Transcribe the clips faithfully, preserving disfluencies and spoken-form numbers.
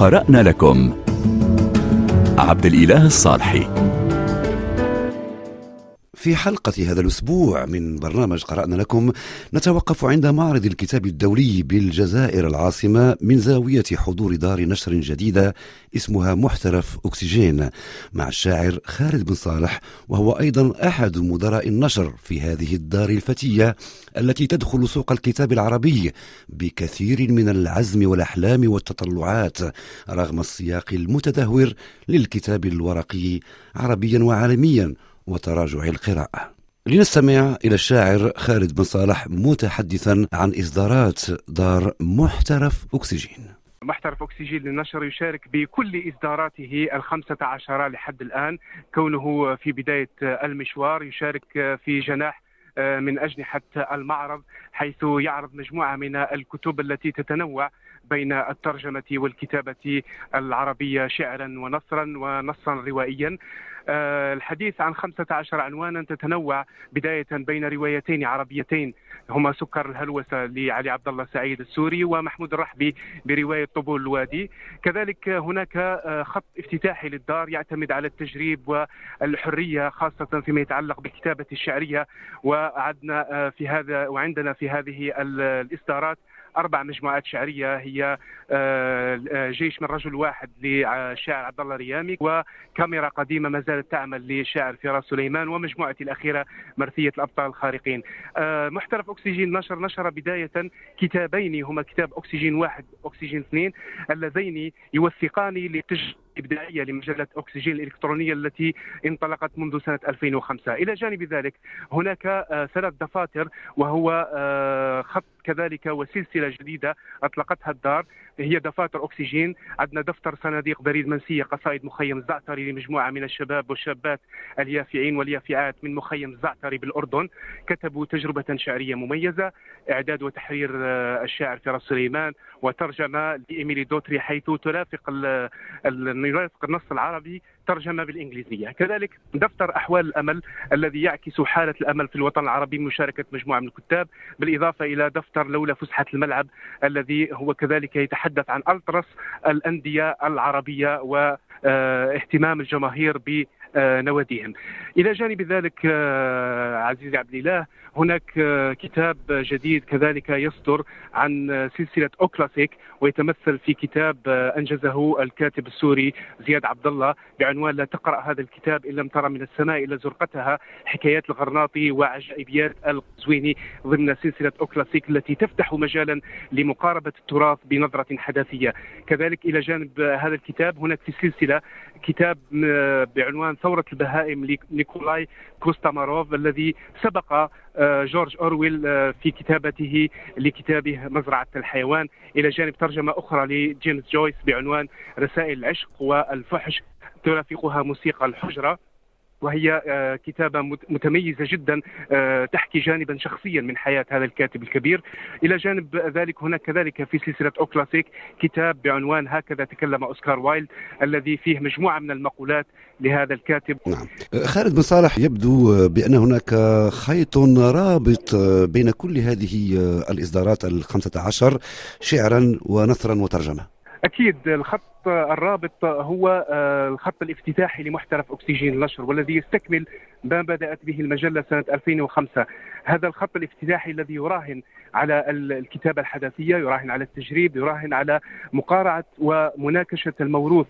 قرأنا لكم. عبد الإله الصالحي. في حلقة هذا الأسبوع من برنامج قرأنا لكم نتوقف عند معرض الكتاب الدولي بالجزائر العاصمة من زاوية حضور دار نشر جديدة اسمها محترف أكسجين مع الشاعر خالد بن صالح، وهو أيضا أحد مدراء النشر في هذه الدار الفتية التي تدخل سوق الكتاب العربي بكثير من العزم والأحلام والتطلعات رغم السياق المتدهور للكتاب الورقي عربيا وعالميا وتراجع القراءة. لنستمع إلى الشاعر خالد بن صالح متحدثا عن إصدارات دار محترف أكسجين. محترف أكسجين للنشر يشارك بكل إصداراته الخمسة عشر لحد الآن، كونه في بداية المشوار يشارك في جناح من أجنحة المعرض، حيث يعرض مجموعة من الكتب التي تتنوع بين الترجمة والكتابة العربية شعرا ونثرا ونصا روائيا. الحديث عن خمسة عشر عنوانا تتنوع بداية بين روايتين عربيتين هما سكر الهلوسة لعلي عبد الله سعيد السوري ومحمود الرحبي برواية طبول الوادي. كذلك هناك خط افتتاحي للدار يعتمد على التجريب والحرية خاصة فيما يتعلق بالكتابة الشعرية، وعدنا في هذا وعندنا في هذه الإصدارات أربع مجموعات شعرية، هي جيش من رجل واحد للشاعر عبد الله ريامي، وكاميرا قديمة ما زالت تعمل للشاعر فراس سليمان، ومجموعة الأخيرة مرثية الأبطال الخارقين. محترف أكسجين نشر نشر بداية كتابين هما كتاب أكسجين واحد أكسجين اثنين اللذين يوثقان للتجربة إبداعية لمجلة أكسجين الإلكترونية التي انطلقت منذ سنة ألفين وخمسة. إلى جانب ذلك هناك ثلاث دفاتر، وهو خط كذلك وسلسلة جديدة أطلقتها الدار، هي دفاتر أكسجين. عندنا دفتر صناديق بريد منسية قصائد مخيم الزعتري لمجموعة من الشباب والشابات اليافعين واليافعات من مخيم الزعتري بالأردن، كتبوا تجربة شعرية مميزة، إعداد وتحرير الشاعر فراس سليمان، وترجمة لإيميلي دوتري حيث ترافق يرافق النص العربي ترجمة بالإنجليزية. كذلك دفتر أحوال الأمل الذي يعكس حالة الأمل في الوطن العربي بمشاركة مجموعة من الكتاب، بالإضافة إلى دفتر لولا فسحة الملعب الذي هو كذلك يتحدث عن ألتراس الأندية العربية واهتمام الجماهير ب نواديهم. إلى جانب ذلك عزيزي عبد الإله هناك كتاب جديد كذلك يصدر عن سلسلة أوكلاسيك، ويتمثل في كتاب أنجزه الكاتب السوري زياد عبد الله بعنوان لا تقرأ هذا الكتاب إن لم ترى من السماء إلا زرقتها، حكايات الغرناطي وعجائبيات القزويني ضمن سلسلة أوكلاسيك التي تفتح مجالا لمقاربة التراث بنظرة حداثية. كذلك إلى جانب هذا الكتاب هناك في السلسلة كتاب بعنوان ثورة البهائم لنيكولاي كوستاماروف الذي سبق جورج أورويل في كتابته لكتابه مزرعة الحيوان، إلى جانب ترجمة أخرى لجيمس جويس بعنوان رسائل العشق والفحش ترافقها موسيقى الحجرة، وهي كتابة متميزة جدا تحكي جانبا شخصيا من حياة هذا الكاتب الكبير. إلى جانب ذلك هناك كذلك في سلسلة أوكلاسيك كتاب بعنوان هكذا تكلم أوسكار وايلد الذي فيه مجموعة من المقولات لهذا الكاتب. نعم. خالد بن صالح، يبدو بأن هناك خيط رابط بين كل هذه الإصدارات الخمسة عشر شعرا ونثرا وترجمة. أكيد الخط الرابط هو الخط الافتتاحي لمحترف أكسجين النشر، والذي يستكمل ما بدأت به المجلة سنة ألفين وخمسة. هذا الخط الافتتاحي الذي يراهن على الكتابة الحداثية، يراهن على التجريب، يراهن على مقارعة ومناقشة الموروث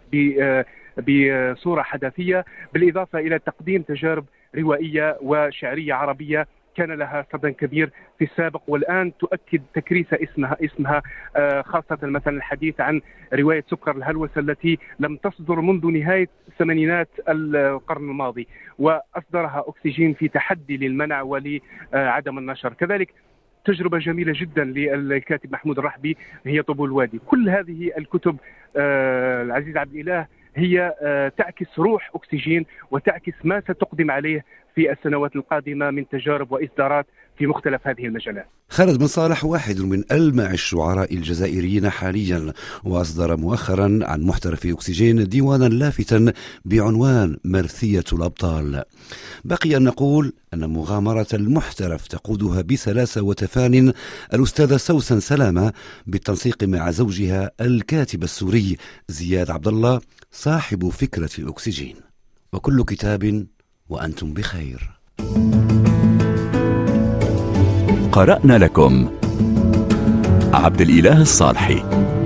بصورة حداثية، بالإضافة إلى تقديم تجارب روائية وشعرية عربية كان لها صدى كبير في السابق، والآن تؤكد تكريس اسمها اسمها خاصة مثلا الحديث عن رواية سكر الهلوسة التي لم تصدر منذ نهاية ثمانينات القرن الماضي، وأصدرها أكسجين في تحدي للمنع ولعدم النشر. كذلك تجربة جميلة جدا للكاتب محمود الرحبي هي طبول الوادي. كل هذه الكتب العزيز عبد الإله هي تعكس روح أكسجين وتعكس ما ستقدم عليه في السنوات القادمة من تجارب وإصدارات في مختلف هذه المجالات. خالد بن صالح واحد من ألمع الشعراء الجزائريين حاليا، وأصدر مؤخرا عن محترف أكسجين ديوانا لافتا بعنوان مرثية الأبطال. بقي أن نقول أن مغامرة المحترف تقودها بسلاسة وتفان الأستاذة سوسن سلامة بالتنسيق مع زوجها الكاتب السوري زياد عبد الله صاحب فكرة الأكسجين. وكل كتاب وأنتم بخير. قرأنا لكم عبد الإله الصالحي.